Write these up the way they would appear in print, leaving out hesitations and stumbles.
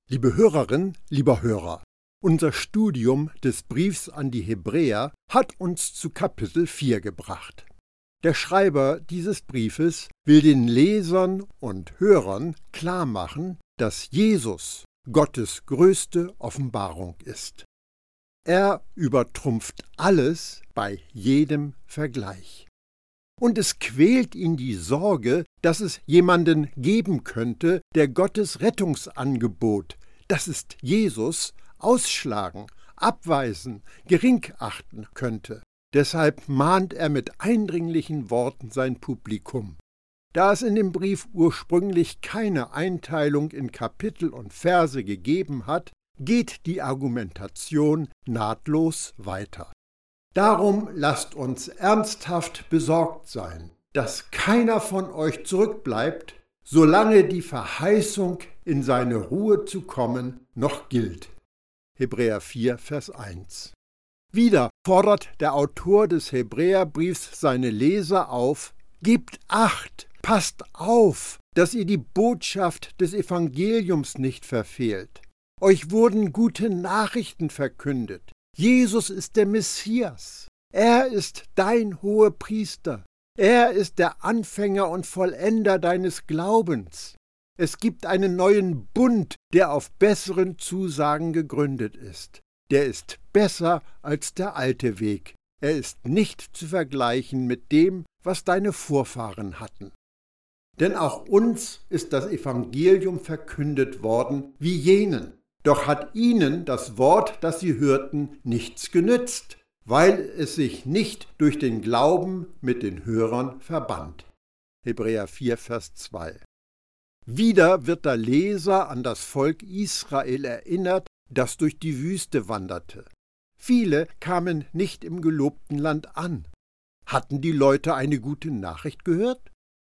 Liebe Hörerin, lieber Hörer, unser Studium des Briefs an die Hebräer hat uns zu Kapitel 4 gebracht. Der Schreiber dieses Briefes will den Lesern und Hörern klarmachen, dass Jesus Gottes größte Offenbarung ist. Er übertrumpft alles bei jedem Vergleich. Und es quält ihn die Sorge, dass es jemanden geben könnte, der Gottes Rettungsangebot, das ist Jesus, ausschlagen, abweisen, gering achten könnte. Deshalb mahnt er mit eindringlichen Worten sein Publikum. Da es in dem Brief ursprünglich keine Einteilung in Kapitel und Verse gegeben hat, geht die Argumentation nahtlos weiter. Darum lasst uns ernsthaft besorgt sein, dass keiner von euch zurückbleibt, solange die Verheißung, in seine Ruhe zu kommen, noch gilt. Hebräer 4, Vers 1. Wieder fordert der Autor des Hebräerbriefs seine Leser auf: Gebt Acht, passt auf, dass ihr die Botschaft des Evangeliums nicht verfehlt. Euch wurden gute Nachrichten verkündet. Jesus ist der Messias. Er ist dein Hohepriester. Er ist der Anfänger und Vollender deines Glaubens. Es gibt einen neuen Bund, der auf besseren Zusagen gegründet ist. Der ist besser als der alte Weg. Er ist nicht zu vergleichen mit dem, was deine Vorfahren hatten. Denn auch uns ist das Evangelium verkündet worden wie jenen. Doch hat ihnen das Wort, das sie hörten, nichts genützt, weil es sich nicht durch den Glauben mit den Hörern verband. Hebräer 4, Vers 2. Wieder wird der Leser an das Volk Israel erinnert, das durch die Wüste wanderte. Viele kamen nicht im gelobten Land an. Hatten die Leute eine gute Nachricht gehört?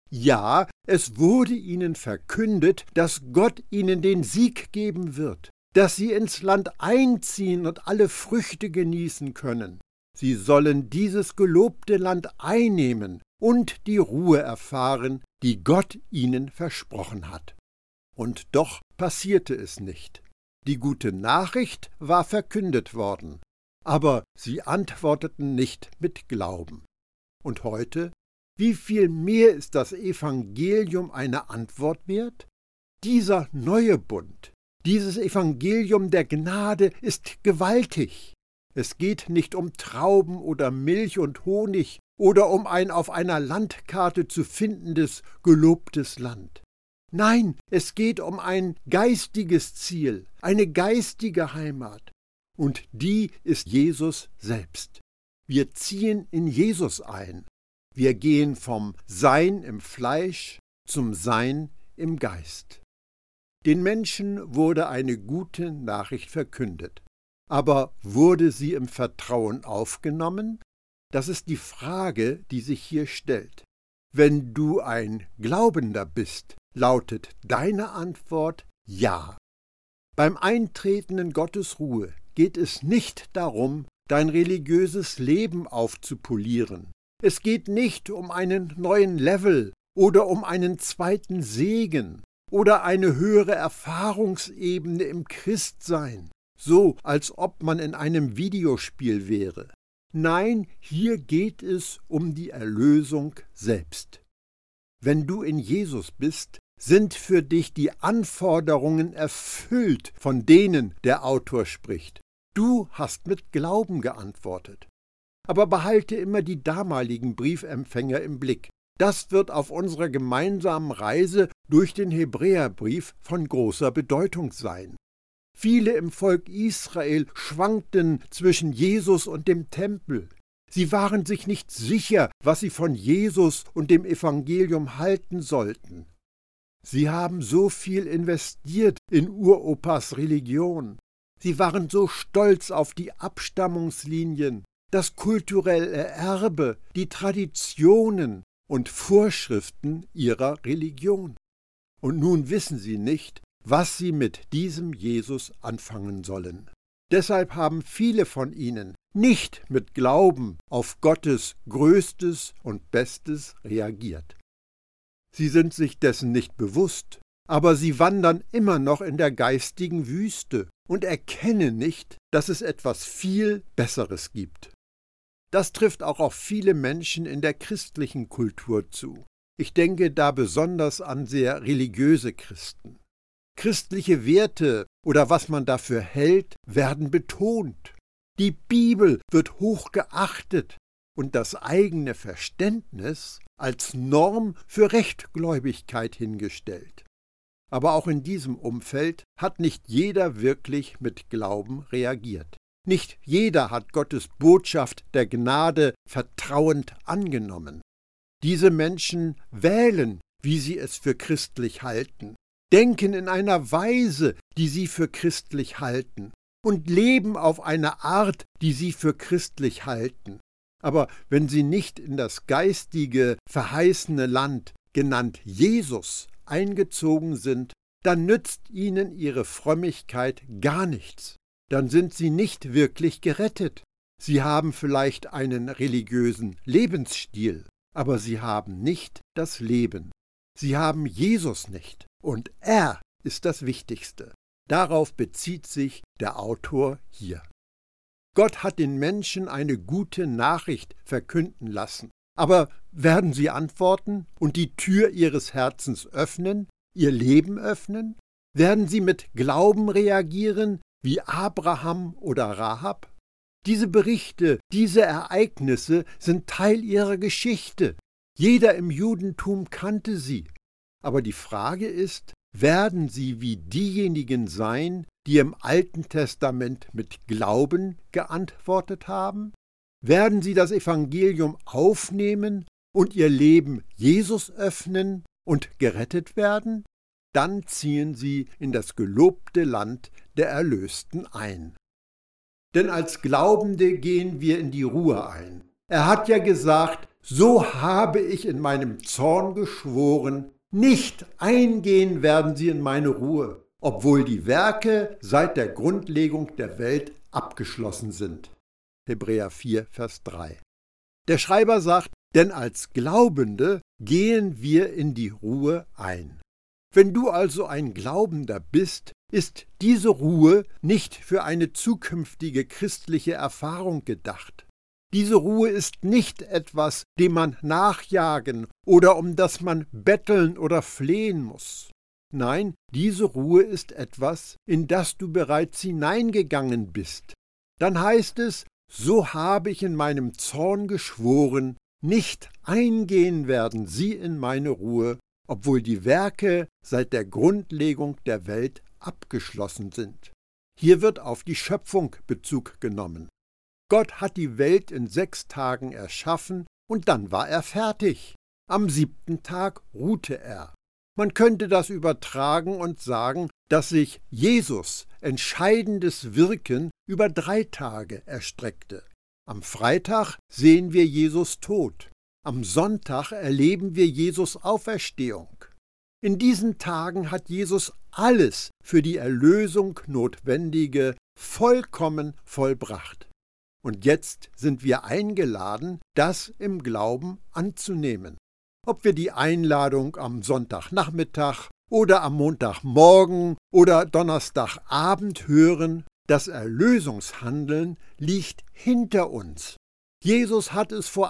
Ja, es wurde ihnen verkündet, dass Gott ihnen den Sieg geben wird, dass sie ins Land einziehen und alle Früchte genießen können. Sie sollen dieses gelobte Land einnehmen und die Ruhe erfahren, die Gott ihnen versprochen hat. Und doch passierte es nicht. Die gute Nachricht war verkündet worden, aber sie antworteten nicht mit Glauben. Und heute? Wie viel mehr ist das Evangelium eine Antwort wert? Dieser neue Bund, dieses Evangelium der Gnade ist gewaltig. Es geht nicht um Trauben oder Milch und Honig oder um ein auf einer Landkarte zu findendes, gelobtes Land. Nein, es geht um ein geistiges Ziel, eine geistige Heimat. Und die ist Jesus selbst. Wir ziehen in Jesus ein. Wir gehen vom Sein im Fleisch zum Sein im Geist. Den Menschen wurde eine gute Nachricht verkündet. Aber wurde sie im Vertrauen aufgenommen? Das ist die Frage, die sich hier stellt. Wenn du ein Glaubender bist, lautet deine Antwort Ja. Beim Eintreten in Gottes Ruhe geht es nicht darum, dein religiöses Leben aufzupolieren. Es geht nicht um einen neuen Level oder um einen zweiten Segen oder eine höhere Erfahrungsebene im Christsein, so als ob man in einem Videospiel wäre. Nein, hier geht es um die Erlösung selbst. Wenn du in Jesus bist, sind für dich die Anforderungen erfüllt, von denen der Autor spricht. Du hast mit Glauben geantwortet. Aber behalte immer die damaligen Briefempfänger im Blick. Das wird auf unserer gemeinsamen Reise durch den Hebräerbrief von großer Bedeutung sein. Viele im Volk Israel schwankten zwischen Jesus und dem Tempel. Sie waren sich nicht sicher, was sie von Jesus und dem Evangelium halten sollten. Sie haben so viel investiert in Uropas Religion. Sie waren so stolz auf die Abstammungslinien, das kulturelle Erbe, die Traditionen und Vorschriften ihrer Religion. Und nun wissen sie nicht, was sie mit diesem Jesus anfangen sollen. Deshalb haben viele von ihnen nicht mit Glauben auf Gottes Größtes und Bestes reagiert. Sie sind sich dessen nicht bewusst, aber sie wandern immer noch in der geistigen Wüste und erkennen nicht, dass es etwas viel Besseres gibt. Das trifft auch auf viele Menschen in der christlichen Kultur zu. Ich denke da besonders an sehr religiöse Christen. Christliche Werte oder was man dafür hält, werden betont. Die Bibel wird hoch geachtet und das eigene Verständnis als Norm für Rechtgläubigkeit hingestellt. Aber auch in diesem Umfeld hat nicht jeder wirklich mit Glauben reagiert. Nicht jeder hat Gottes Botschaft der Gnade vertrauend angenommen. Diese Menschen wählen, wie sie es für christlich halten, denken in einer Weise, die sie für christlich halten, und leben auf eine Art, die sie für christlich halten. Aber wenn sie nicht in das geistige, verheißene Land, genannt Jesus, eingezogen sind, dann nützt ihnen ihre Frömmigkeit gar nichts. Dann sind sie nicht wirklich gerettet. Sie haben vielleicht einen religiösen Lebensstil, aber sie haben nicht das Leben. Sie haben Jesus nicht, und er ist das Wichtigste. Darauf bezieht sich der Autor hier. Gott hat den Menschen eine gute Nachricht verkünden lassen. Aber werden sie antworten und die Tür ihres Herzens öffnen, ihr Leben öffnen? Werden sie mit Glauben reagieren, wie Abraham oder Rahab? Diese Berichte, diese Ereignisse sind Teil ihrer Geschichte. Jeder im Judentum kannte sie. Aber die Frage ist, werden sie wie diejenigen sein, die im Alten Testament mit Glauben geantwortet haben? Werden sie das Evangelium aufnehmen und ihr Leben Jesus öffnen und gerettet werden? Dann ziehen sie in das gelobte Land der Erlösten ein. Denn als Glaubende gehen wir in die Ruhe ein. Er hat ja gesagt, so habe ich in meinem Zorn geschworen, nicht eingehen werden sie in meine Ruhe, obwohl die Werke seit der Grundlegung der Welt abgeschlossen sind. Hebräer 4, Vers 3. Der Schreiber sagt, denn als Glaubende gehen wir in die Ruhe ein. Wenn du also ein Glaubender bist, ist diese Ruhe nicht für eine zukünftige christliche Erfahrung gedacht. Diese Ruhe ist nicht etwas, dem man nachjagen oder um das man betteln oder flehen muss. Nein, diese Ruhe ist etwas, in das du bereits hineingegangen bist. Dann heißt es, so habe ich in meinem Zorn geschworen, nicht eingehen werden sie in meine Ruhe, obwohl die Werke seit der Grundlegung der Welt abgeschlossen sind. Hier wird auf die Schöpfung Bezug genommen. Gott hat die Welt in 6 Tagen erschaffen und dann war er fertig. Am 7. Tag ruhte er. Man könnte das übertragen und sagen, dass sich Jesus entscheidendes Wirken über 3 Tage erstreckte. Am Freitag sehen wir Jesus tot. Am Sonntag erleben wir Jesus Auferstehung. In diesen Tagen hat Jesus alles für die Erlösung Notwendige vollkommen vollbracht. Und jetzt sind wir eingeladen, das im Glauben anzunehmen. Ob wir die Einladung am Sonntagnachmittag oder am Montagmorgen oder Donnerstagabend hören, das Erlösungshandeln liegt hinter uns. Jesus hat es vor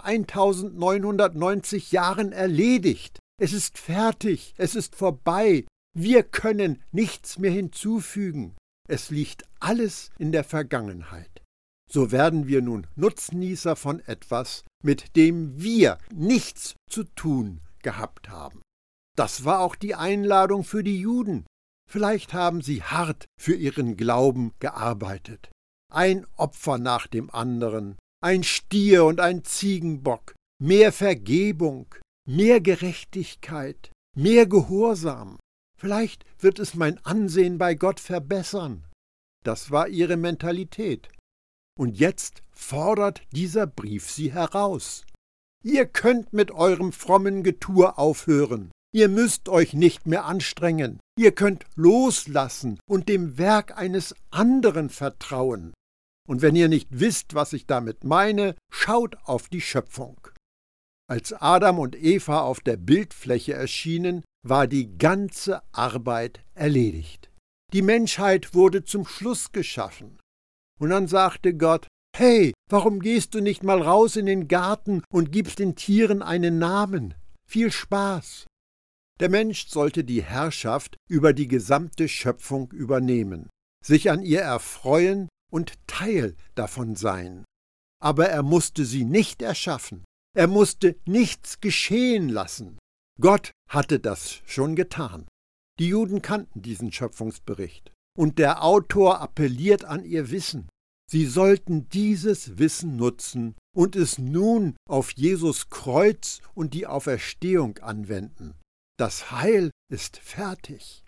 1990 Jahren erledigt. Es ist fertig, es ist vorbei. Wir können nichts mehr hinzufügen. Es liegt alles in der Vergangenheit. So werden wir nun Nutznießer von etwas, mit dem wir nichts zu tun gehabt haben. Das war auch die Einladung für die Juden. Vielleicht haben sie hart für ihren Glauben gearbeitet. Ein Opfer nach dem anderen, ein Stier und ein Ziegenbock, mehr Vergebung, mehr Gerechtigkeit, mehr Gehorsam. Vielleicht wird es mein Ansehen bei Gott verbessern. Das war ihre Mentalität. Und jetzt fordert dieser Brief sie heraus. Ihr könnt mit eurem frommen Getue aufhören. Ihr müsst euch nicht mehr anstrengen. Ihr könnt loslassen und dem Werk eines anderen vertrauen. Und wenn ihr nicht wisst, was ich damit meine, schaut auf die Schöpfung. Als Adam und Eva auf der Bildfläche erschienen, war die ganze Arbeit erledigt. Die Menschheit wurde zum Schluss geschaffen. Und dann sagte Gott: Hey, warum gehst du nicht mal raus in den Garten und gibst den Tieren einen Namen? Viel Spaß! Der Mensch sollte die Herrschaft über die gesamte Schöpfung übernehmen, sich an ihr erfreuen und Teil davon sein. Aber er musste sie nicht erschaffen. Er musste nichts geschehen lassen. Gott hatte das schon getan. Die Juden kannten diesen Schöpfungsbericht. Und der Autor appelliert an ihr Wissen. Sie sollten dieses Wissen nutzen und es nun auf Jesus Kreuz und die Auferstehung anwenden. Das Heil ist fertig.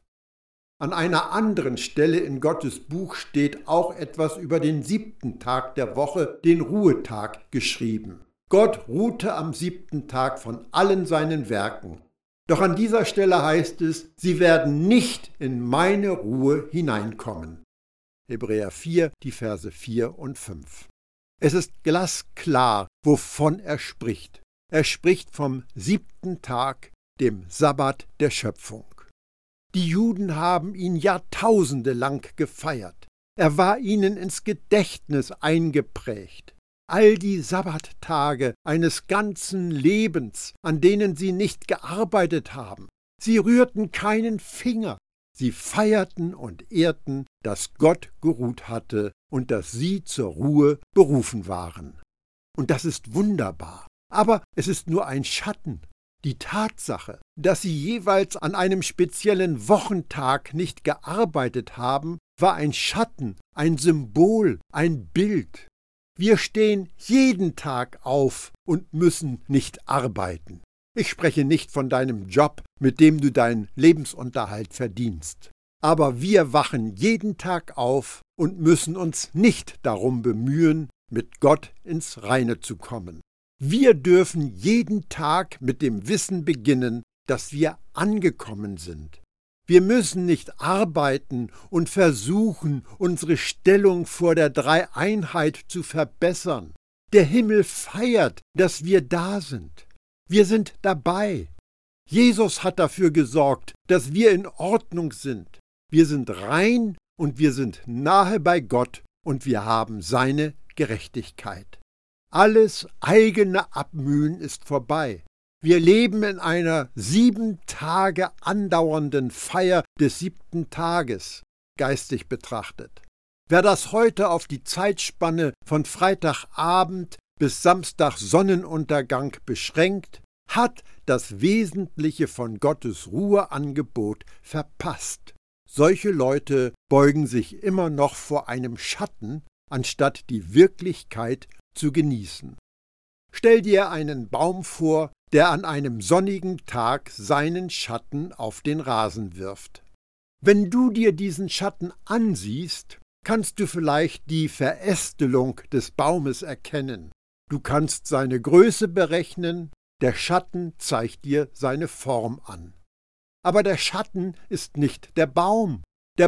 An einer anderen Stelle in Gottes Buch steht auch etwas über den 7. Tag der Woche, den Ruhetag, geschrieben. Gott ruhte am 7. Tag von allen seinen Werken. Doch an dieser Stelle heißt es: Sie werden nicht in meine Ruhe hineinkommen. Hebräer 4, die Verse 4 und 5. Es ist glasklar, wovon er spricht. Er spricht vom 7. Tag, dem Sabbat der Schöpfung. Die Juden haben ihn Jahrtausende lang gefeiert. Er war ihnen ins Gedächtnis eingeprägt. All die Sabbattage eines ganzen Lebens, an denen sie nicht gearbeitet haben. Sie rührten keinen Finger. Sie feierten und ehrten, dass Gott geruht hatte und dass sie zur Ruhe berufen waren. Und das ist wunderbar. Aber es ist nur ein Schatten. Die Tatsache, dass sie jeweils an einem speziellen Wochentag nicht gearbeitet haben, war ein Schatten, ein Symbol, ein Bild. Wir stehen jeden Tag auf und müssen nicht arbeiten. Ich spreche nicht von deinem Job, mit dem du deinen Lebensunterhalt verdienst. Aber wir wachen jeden Tag auf und müssen uns nicht darum bemühen, mit Gott ins Reine zu kommen. Wir dürfen jeden Tag mit dem Wissen beginnen, dass wir angekommen sind. Wir müssen nicht arbeiten und versuchen, unsere Stellung vor der Dreieinheit zu verbessern. Der Himmel feiert, dass wir da sind. Wir sind dabei. Jesus hat dafür gesorgt, dass wir in Ordnung sind. Wir sind rein und wir sind nahe bei Gott und wir haben seine Gerechtigkeit. Alles eigene Abmühen ist vorbei. Wir leben in einer 7 Tage andauernden Feier des 7. Tages, geistig betrachtet. Wer das heute auf die Zeitspanne von Freitagabend bis Samstag Sonnenuntergang beschränkt, hat das Wesentliche von Gottes Ruheangebot verpasst. Solche Leute beugen sich immer noch vor einem Schatten, anstatt die Wirklichkeit zu genießen. Stell dir einen Baum vor, der an einem sonnigen Tag seinen Schatten auf den Rasen wirft. Wenn du dir diesen Schatten ansiehst, kannst du vielleicht die Verästelung des Baumes erkennen. Du kannst seine Größe berechnen, der Schatten zeigt dir seine Form an. Aber der Schatten ist nicht der Baum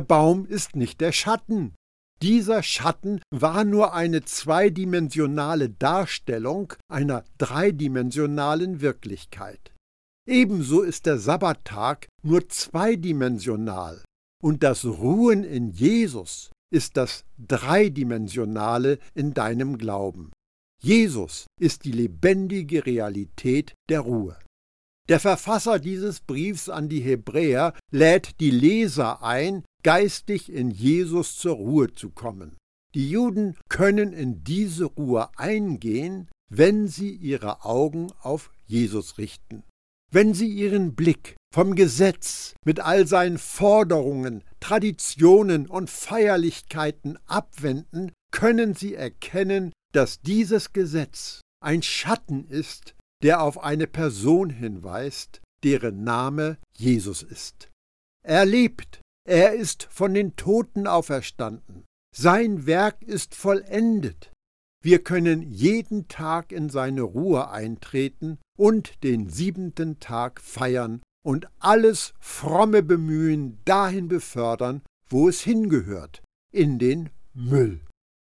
ist nicht der Schatten. Dieser Schatten war nur eine zweidimensionale Darstellung einer dreidimensionalen Wirklichkeit. Ebenso ist der Sabbattag nur zweidimensional und das Ruhen in Jesus ist das Dreidimensionale in deinem Glauben. Jesus ist die lebendige Realität der Ruhe. Der Verfasser dieses Briefs an die Hebräer lädt die Leser ein, geistig in Jesus zur Ruhe zu kommen. Die Juden können in diese Ruhe eingehen, wenn sie ihre Augen auf Jesus richten. Wenn sie ihren Blick vom Gesetz mit all seinen Forderungen, Traditionen und Feierlichkeiten abwenden, können sie erkennen, dass dieses Gesetz ein Schatten ist, der auf eine Person hinweist, deren Name Jesus ist. Er lebt, er ist von den Toten auferstanden, sein Werk ist vollendet. Wir können jeden Tag in seine Ruhe eintreten und den 7. Tag feiern und alles fromme Bemühen dahin befördern, wo es hingehört, in den Müll.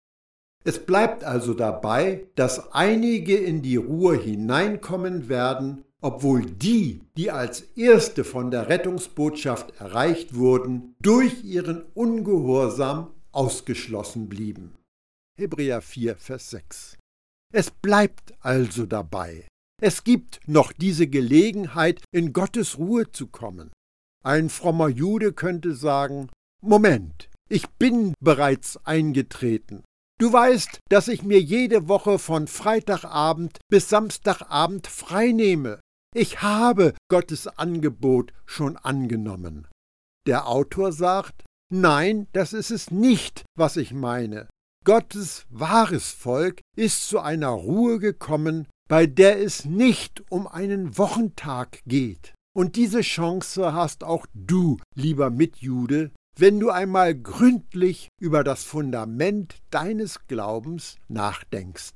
Es bleibt also dabei, dass einige in die Ruhe hineinkommen werden obwohl die, die als Erste von der Rettungsbotschaft erreicht wurden, durch ihren Ungehorsam ausgeschlossen blieben. Hebräer 4, Vers 6. Es bleibt also dabei. Es gibt noch diese Gelegenheit, in Gottes Ruhe zu kommen. Ein frommer Jude könnte sagen: Moment, ich bin bereits eingetreten. Du weißt, dass ich mir jede Woche von Freitagabend bis Samstagabend freinehme. Ich habe Gottes Angebot schon angenommen. Der Autor sagt: Nein, das ist es nicht, was ich meine. Gottes wahres Volk ist zu einer Ruhe gekommen, bei der es nicht um einen Wochentag geht. Und diese Chance hast auch du, lieber Mitjude, wenn du einmal gründlich über das Fundament deines Glaubens nachdenkst.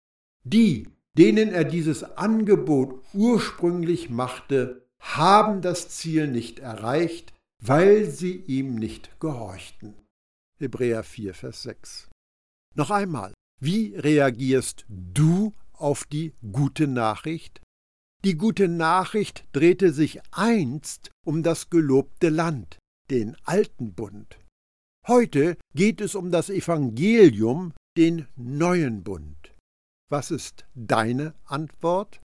Die, denen er dieses Angebot ursprünglich machte, haben das Ziel nicht erreicht, weil sie ihm nicht gehorchten. Hebräer 4, Vers 6. Noch einmal, wie reagierst du auf die gute Nachricht? Die gute Nachricht drehte sich einst um das gelobte Land, den alten Bund. Heute geht es um das Evangelium, den neuen Bund. Was ist deine Antwort?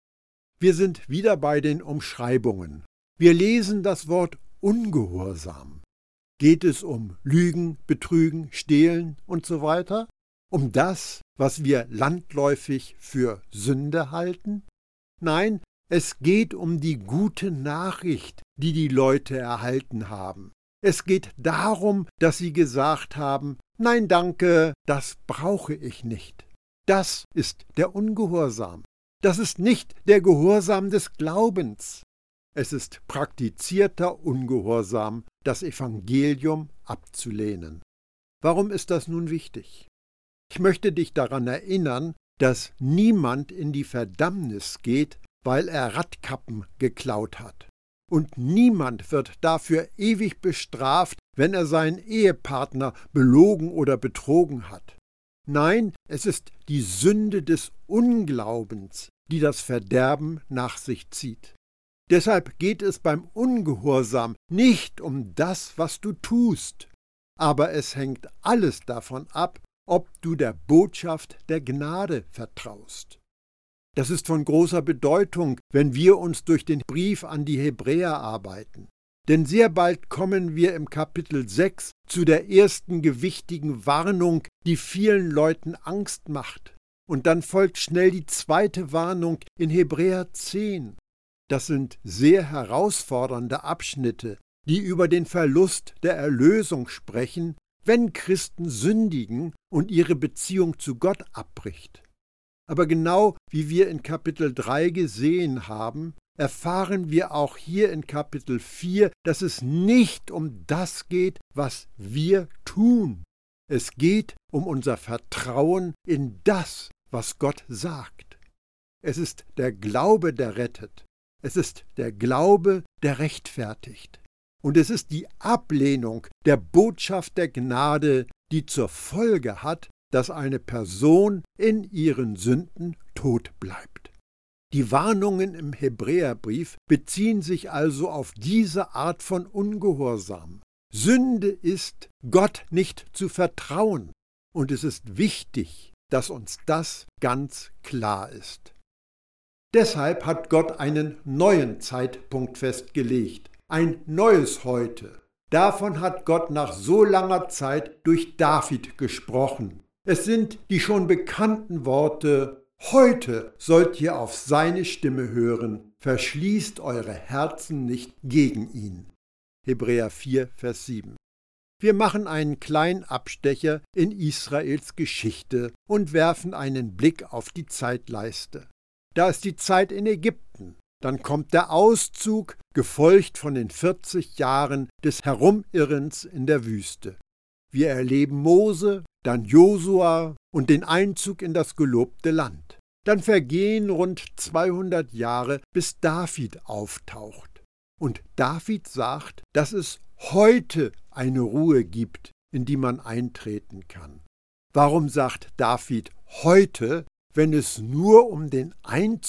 Wir sind wieder bei den Umschreibungen. Wir lesen das Wort Ungehorsam. Geht es um Lügen, Betrügen, Stehlen und so weiter? Um das, was wir landläufig für Sünde halten? Nein, es geht um die gute Nachricht, die die Leute erhalten haben. Es geht darum, dass sie gesagt haben: Nein, danke, das brauche ich nicht. Das ist der Ungehorsam. Das ist nicht der Gehorsam des Glaubens. Es ist praktizierter Ungehorsam, das Evangelium abzulehnen. Warum ist das nun wichtig? Ich möchte dich daran erinnern, dass niemand in die Verdammnis geht, weil er Radkappen geklaut hat. Und niemand wird dafür ewig bestraft, wenn er seinen Ehepartner belogen oder betrogen hat. Nein, es ist die Sünde des Unglaubens, die das Verderben nach sich zieht. Deshalb geht es beim Ungehorsam nicht um das, was du tust, aber es hängt alles davon ab, ob du der Botschaft der Gnade vertraust. Das ist von großer Bedeutung, wenn wir uns durch den Brief an die Hebräer arbeiten. Denn sehr bald kommen wir im Kapitel 6 zu der ersten gewichtigen Warnung, die vielen Leuten Angst macht. Und dann folgt schnell die zweite Warnung in Hebräer 10. Das sind sehr herausfordernde Abschnitte, die über den Verlust der Erlösung sprechen, wenn Christen sündigen und ihre Beziehung zu Gott abbricht. Aber genau wie wir in Kapitel 3 gesehen haben, erfahren wir auch hier in Kapitel 4, dass es nicht um das geht, was wir tun. Es geht um unser Vertrauen in das, was Gott sagt. Es ist der Glaube, der rettet. Es ist der Glaube, der rechtfertigt. Und es ist die Ablehnung der Botschaft der Gnade, die zur Folge hat, dass eine Person in ihren Sünden tot bleibt. Die Warnungen im Hebräerbrief beziehen sich also auf diese Art von Ungehorsam. Sünde ist, Gott nicht zu vertrauen. Und es ist wichtig, dass uns das ganz klar ist. Deshalb hat Gott einen neuen Zeitpunkt festgelegt, ein neues Heute. Davon hat Gott nach so langer Zeit durch David gesprochen. Es sind die schon bekannten Worte: Heute sollt ihr auf seine Stimme hören, verschließt eure Herzen nicht gegen ihn. Hebräer 4, Vers 7. Wir machen einen kleinen Abstecher in Israels Geschichte und werfen einen Blick auf die Zeitleiste. Da ist die Zeit in Ägypten. Dann kommt der Auszug, gefolgt von den 40 Jahren des Herumirrens in der Wüste. Wir erleben Mose, dann Josua und den Einzug in das gelobte Land. Dann vergehen rund 200 Jahre, bis David auftaucht. Und David sagt, dass es heute eine Ruhe gibt, in die man eintreten kann. Warum sagt David heute, wenn es nur um den Einzug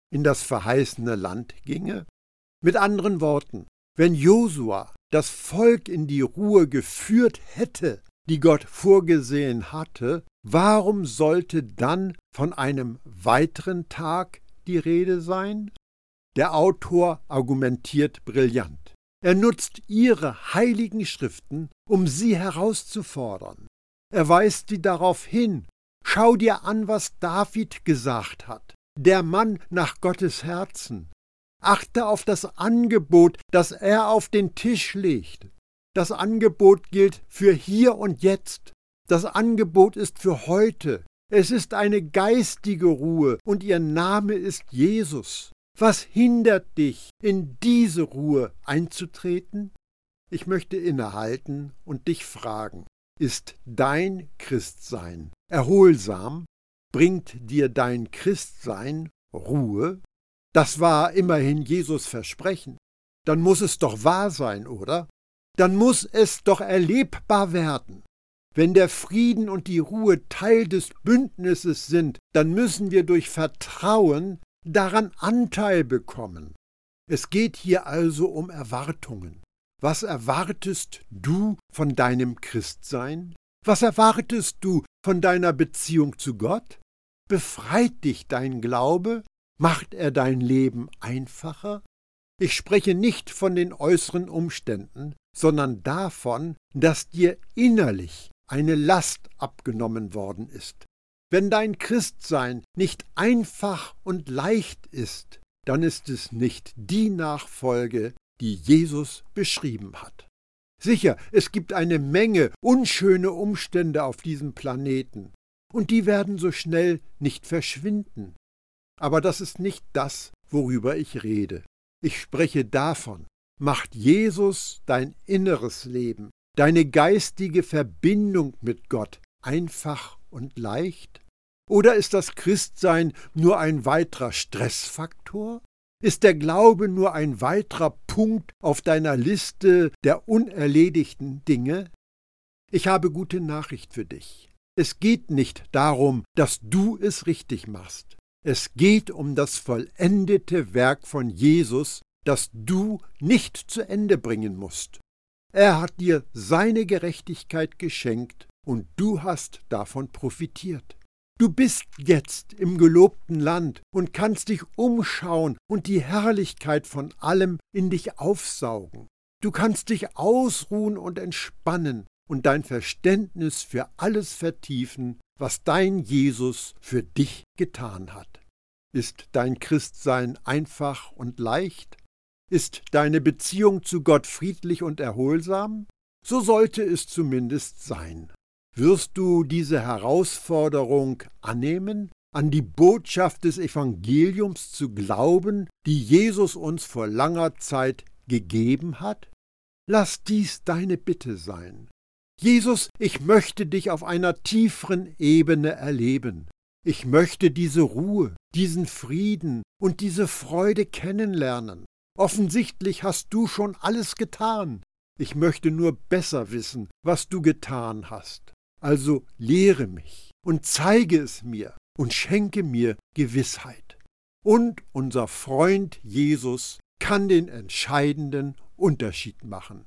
in das verheißene Land ginge? Mit anderen Worten, wenn Josua das Volk in die Ruhe geführt hätte, die Gott vorgesehen hatte, warum sollte dann von einem weiteren Tag die Rede sein? Der Autor argumentiert brillant. Er nutzt ihre heiligen Schriften, um sie herauszufordern. Er weist sie darauf hin: Schau dir an, was David gesagt hat, der Mann nach Gottes Herzen. Achte auf das Angebot, das er auf den Tisch legt. Das Angebot gilt für hier und jetzt. Das Angebot ist für heute. Es ist eine geistige Ruhe und ihr Name ist Jesus. Was hindert dich, in diese Ruhe einzutreten? Ich möchte innehalten und dich fragen: Ist dein Christsein erholsam? Bringt dir dein Christsein Ruhe? Das war immerhin Jesus' Versprechen. Dann muss es doch wahr sein, oder? Dann muss es doch erlebbar werden. Wenn der Frieden und die Ruhe Teil des Bündnisses sind, dann müssen wir durch Vertrauen daran Anteil bekommen. Es geht hier also um Erwartungen. Was erwartest du von deinem Christsein? Was erwartest du von deiner Beziehung zu Gott? Befreit dich dein Glaube? Macht er dein Leben einfacher? Ich spreche nicht von den äußeren Umständen, sondern davon, dass dir innerlich eine Last abgenommen worden ist. Wenn dein Christsein nicht einfach und leicht ist, dann ist es nicht die Nachfolge, die Jesus beschrieben hat. Sicher, es gibt eine Menge unschöne Umstände auf diesem Planeten, und die werden so schnell nicht verschwinden. Aber das ist nicht das, worüber ich rede. Ich spreche davon: Macht Jesus dein inneres Leben, deine geistige Verbindung mit Gott einfach und leicht? Oder ist das Christsein nur ein weiterer Stressfaktor? Ist der Glaube nur ein weiterer Punkt auf deiner Liste der unerledigten Dinge? Ich habe gute Nachricht für dich. Es geht nicht darum, dass du es richtig machst. Es geht um das vollendete Werk von Jesus, das du nicht zu Ende bringen musst. Er hat dir seine Gerechtigkeit geschenkt und du hast davon profitiert. Du bist jetzt im gelobten Land und kannst dich umschauen und die Herrlichkeit von allem in dich aufsaugen. Du kannst dich ausruhen und entspannen und dein Verständnis für alles vertiefen, was dein Jesus für dich getan hat. Ist dein Christsein einfach und leicht? Ist deine Beziehung zu Gott friedlich und erholsam? So sollte es zumindest sein. Wirst du diese Herausforderung annehmen, an die Botschaft des Evangeliums zu glauben, die Jesus uns vor langer Zeit gegeben hat? Lass dies deine Bitte sein. Jesus, ich möchte dich auf einer tieferen Ebene erleben. Ich möchte diese Ruhe, diesen Frieden und diese Freude kennenlernen. Offensichtlich hast du schon alles getan. Ich möchte nur besser wissen, was du getan hast. Also lehre mich und zeige es mir und schenke mir Gewissheit. Und unser Freund Jesus kann den entscheidenden Unterschied machen.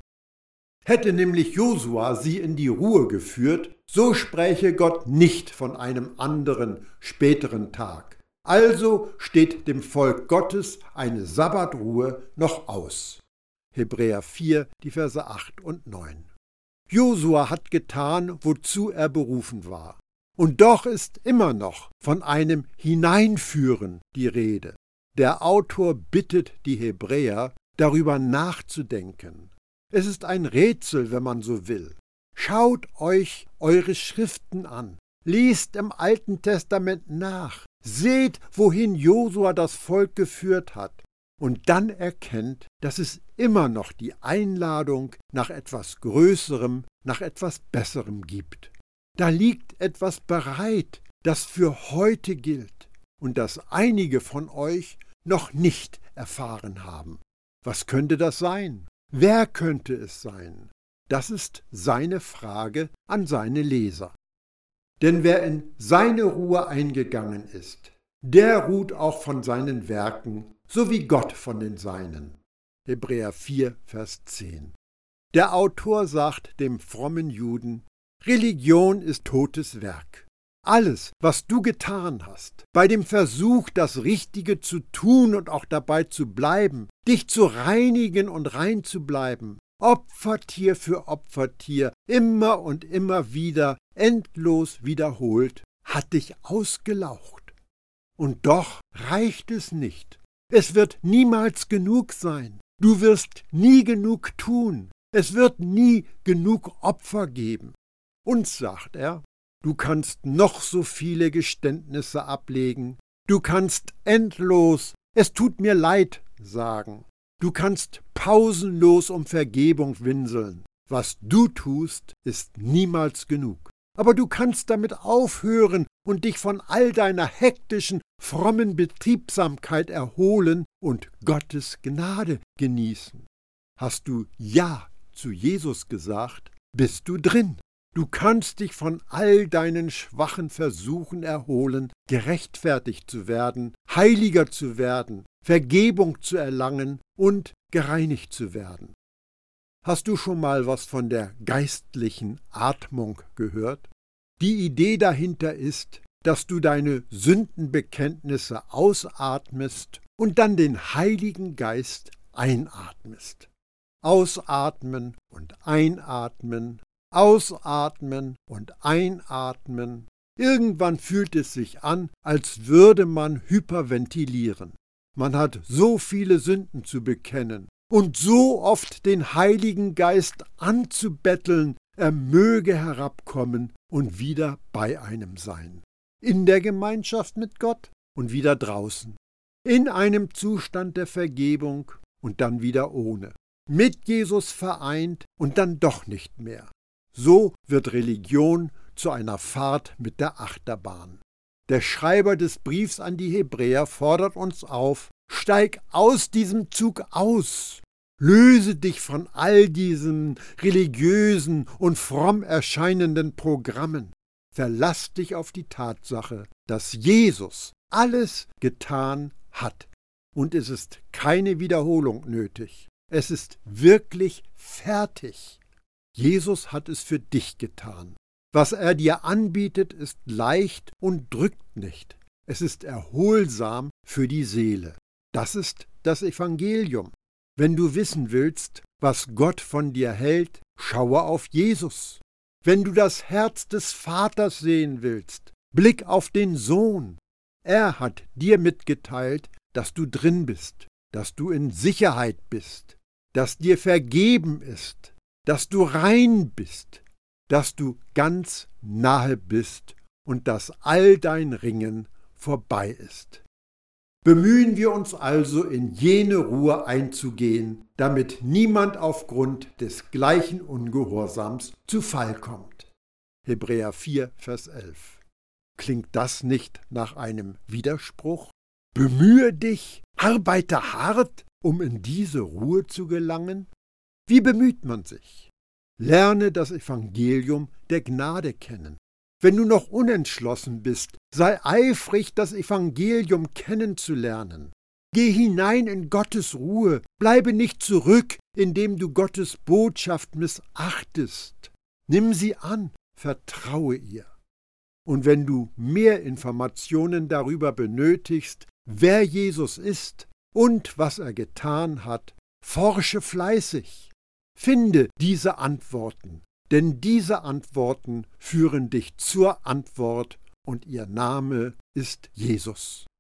Hätte nämlich Josua sie in die Ruhe geführt, so spräche Gott nicht von einem anderen, späteren Tag. Also steht dem Volk Gottes eine Sabbatruhe noch aus. Hebräer 4, die Verse 8 und 9. Josua hat getan, wozu er berufen war. Und doch ist immer noch von einem Hineinführen die Rede. Der Autor bittet die Hebräer, darüber nachzudenken. Es ist ein Rätsel, wenn man so will. Schaut euch eure Schriften an, liest im Alten Testament nach, seht, wohin Josua das Volk geführt hat, und dann erkennt, dass es immer noch die Einladung nach etwas Größerem, nach etwas Besserem gibt. Da liegt etwas bereit, das für heute gilt und das einige von euch noch nicht erfahren haben. Was könnte das sein? Wer könnte es sein? Das ist seine Frage an seine Leser. Denn wer in seine Ruhe eingegangen ist, der ruht auch von seinen Werken, so wie Gott von den Seinen. Hebräer 4, Vers 10. Der Autor sagt dem frommen Juden: Religion ist totes Werk. Alles, was du getan hast, bei dem Versuch, das Richtige zu tun und auch dabei zu bleiben, dich zu reinigen und rein zu bleiben, Opfertier für Opfertier, immer und immer wieder, endlos wiederholt, hat dich ausgelaucht. Und doch reicht es nicht. Es wird niemals genug sein. Du wirst nie genug tun. Es wird nie genug Opfer geben. Uns sagt er: Du kannst noch so viele Geständnisse ablegen. Du kannst endlos „Es tut mir leid“ sagen. Du kannst pausenlos um Vergebung winseln. Was du tust, ist niemals genug. Aber du kannst damit aufhören und dich von all deiner hektischen, frommen Betriebsamkeit erholen und Gottes Gnade genießen. Hast du Ja zu Jesus gesagt, bist du drin. Du kannst dich von all deinen schwachen Versuchen erholen, gerechtfertigt zu werden, heiliger zu werden, Vergebung zu erlangen und gereinigt zu werden. Hast du schon mal was von der geistlichen Atmung gehört? Die Idee dahinter ist, dass du deine Sündenbekenntnisse ausatmest und dann den Heiligen Geist einatmest. Ausatmen und einatmen, ausatmen und einatmen. Irgendwann fühlt es sich an, als würde man hyperventilieren. Man hat so viele Sünden zu bekennen und so oft den Heiligen Geist anzubetteln, er möge herabkommen und wieder bei einem sein. In der Gemeinschaft mit Gott und wieder draußen. In einem Zustand der Vergebung und dann wieder ohne. Mit Jesus vereint und dann doch nicht mehr. So wird Religion zu einer Fahrt mit der Achterbahn. Der Schreiber des Briefs an die Hebräer fordert uns auf: Steig aus diesem Zug aus! Löse dich von all diesen religiösen und fromm erscheinenden Programmen. Verlass dich auf die Tatsache, dass Jesus alles getan hat. Und es ist keine Wiederholung nötig. Es ist wirklich fertig. Jesus hat es für dich getan. Was er dir anbietet, ist leicht und drückt nicht. Es ist erholsam für die Seele. Das ist das Evangelium. Wenn du wissen willst, was Gott von dir hält, schaue auf Jesus. Wenn du das Herz des Vaters sehen willst, blick auf den Sohn. Er hat dir mitgeteilt, dass du drin bist, dass du in Sicherheit bist, dass dir vergeben ist, dass du rein bist, dass du ganz nahe bist und dass all dein Ringen vorbei ist. Bemühen wir uns also, in jene Ruhe einzugehen, damit niemand aufgrund des gleichen Ungehorsams zu Fall kommt. Hebräer 4, Vers 11. Klingt das nicht nach einem Widerspruch? Bemühe dich, arbeite hart, um in diese Ruhe zu gelangen? Wie bemüht man sich? Lerne das Evangelium der Gnade kennen. Wenn du noch unentschlossen bist, sei eifrig, das Evangelium kennenzulernen. Geh hinein in Gottes Ruhe, bleibe nicht zurück, indem du Gottes Botschaft missachtest. Nimm sie an, vertraue ihr. Und wenn du mehr Informationen darüber benötigst, wer Jesus ist und was er getan hat, forsche fleißig. Finde diese Antworten. Denn diese Antworten führen dich zur Antwort und ihr Name ist Jesus.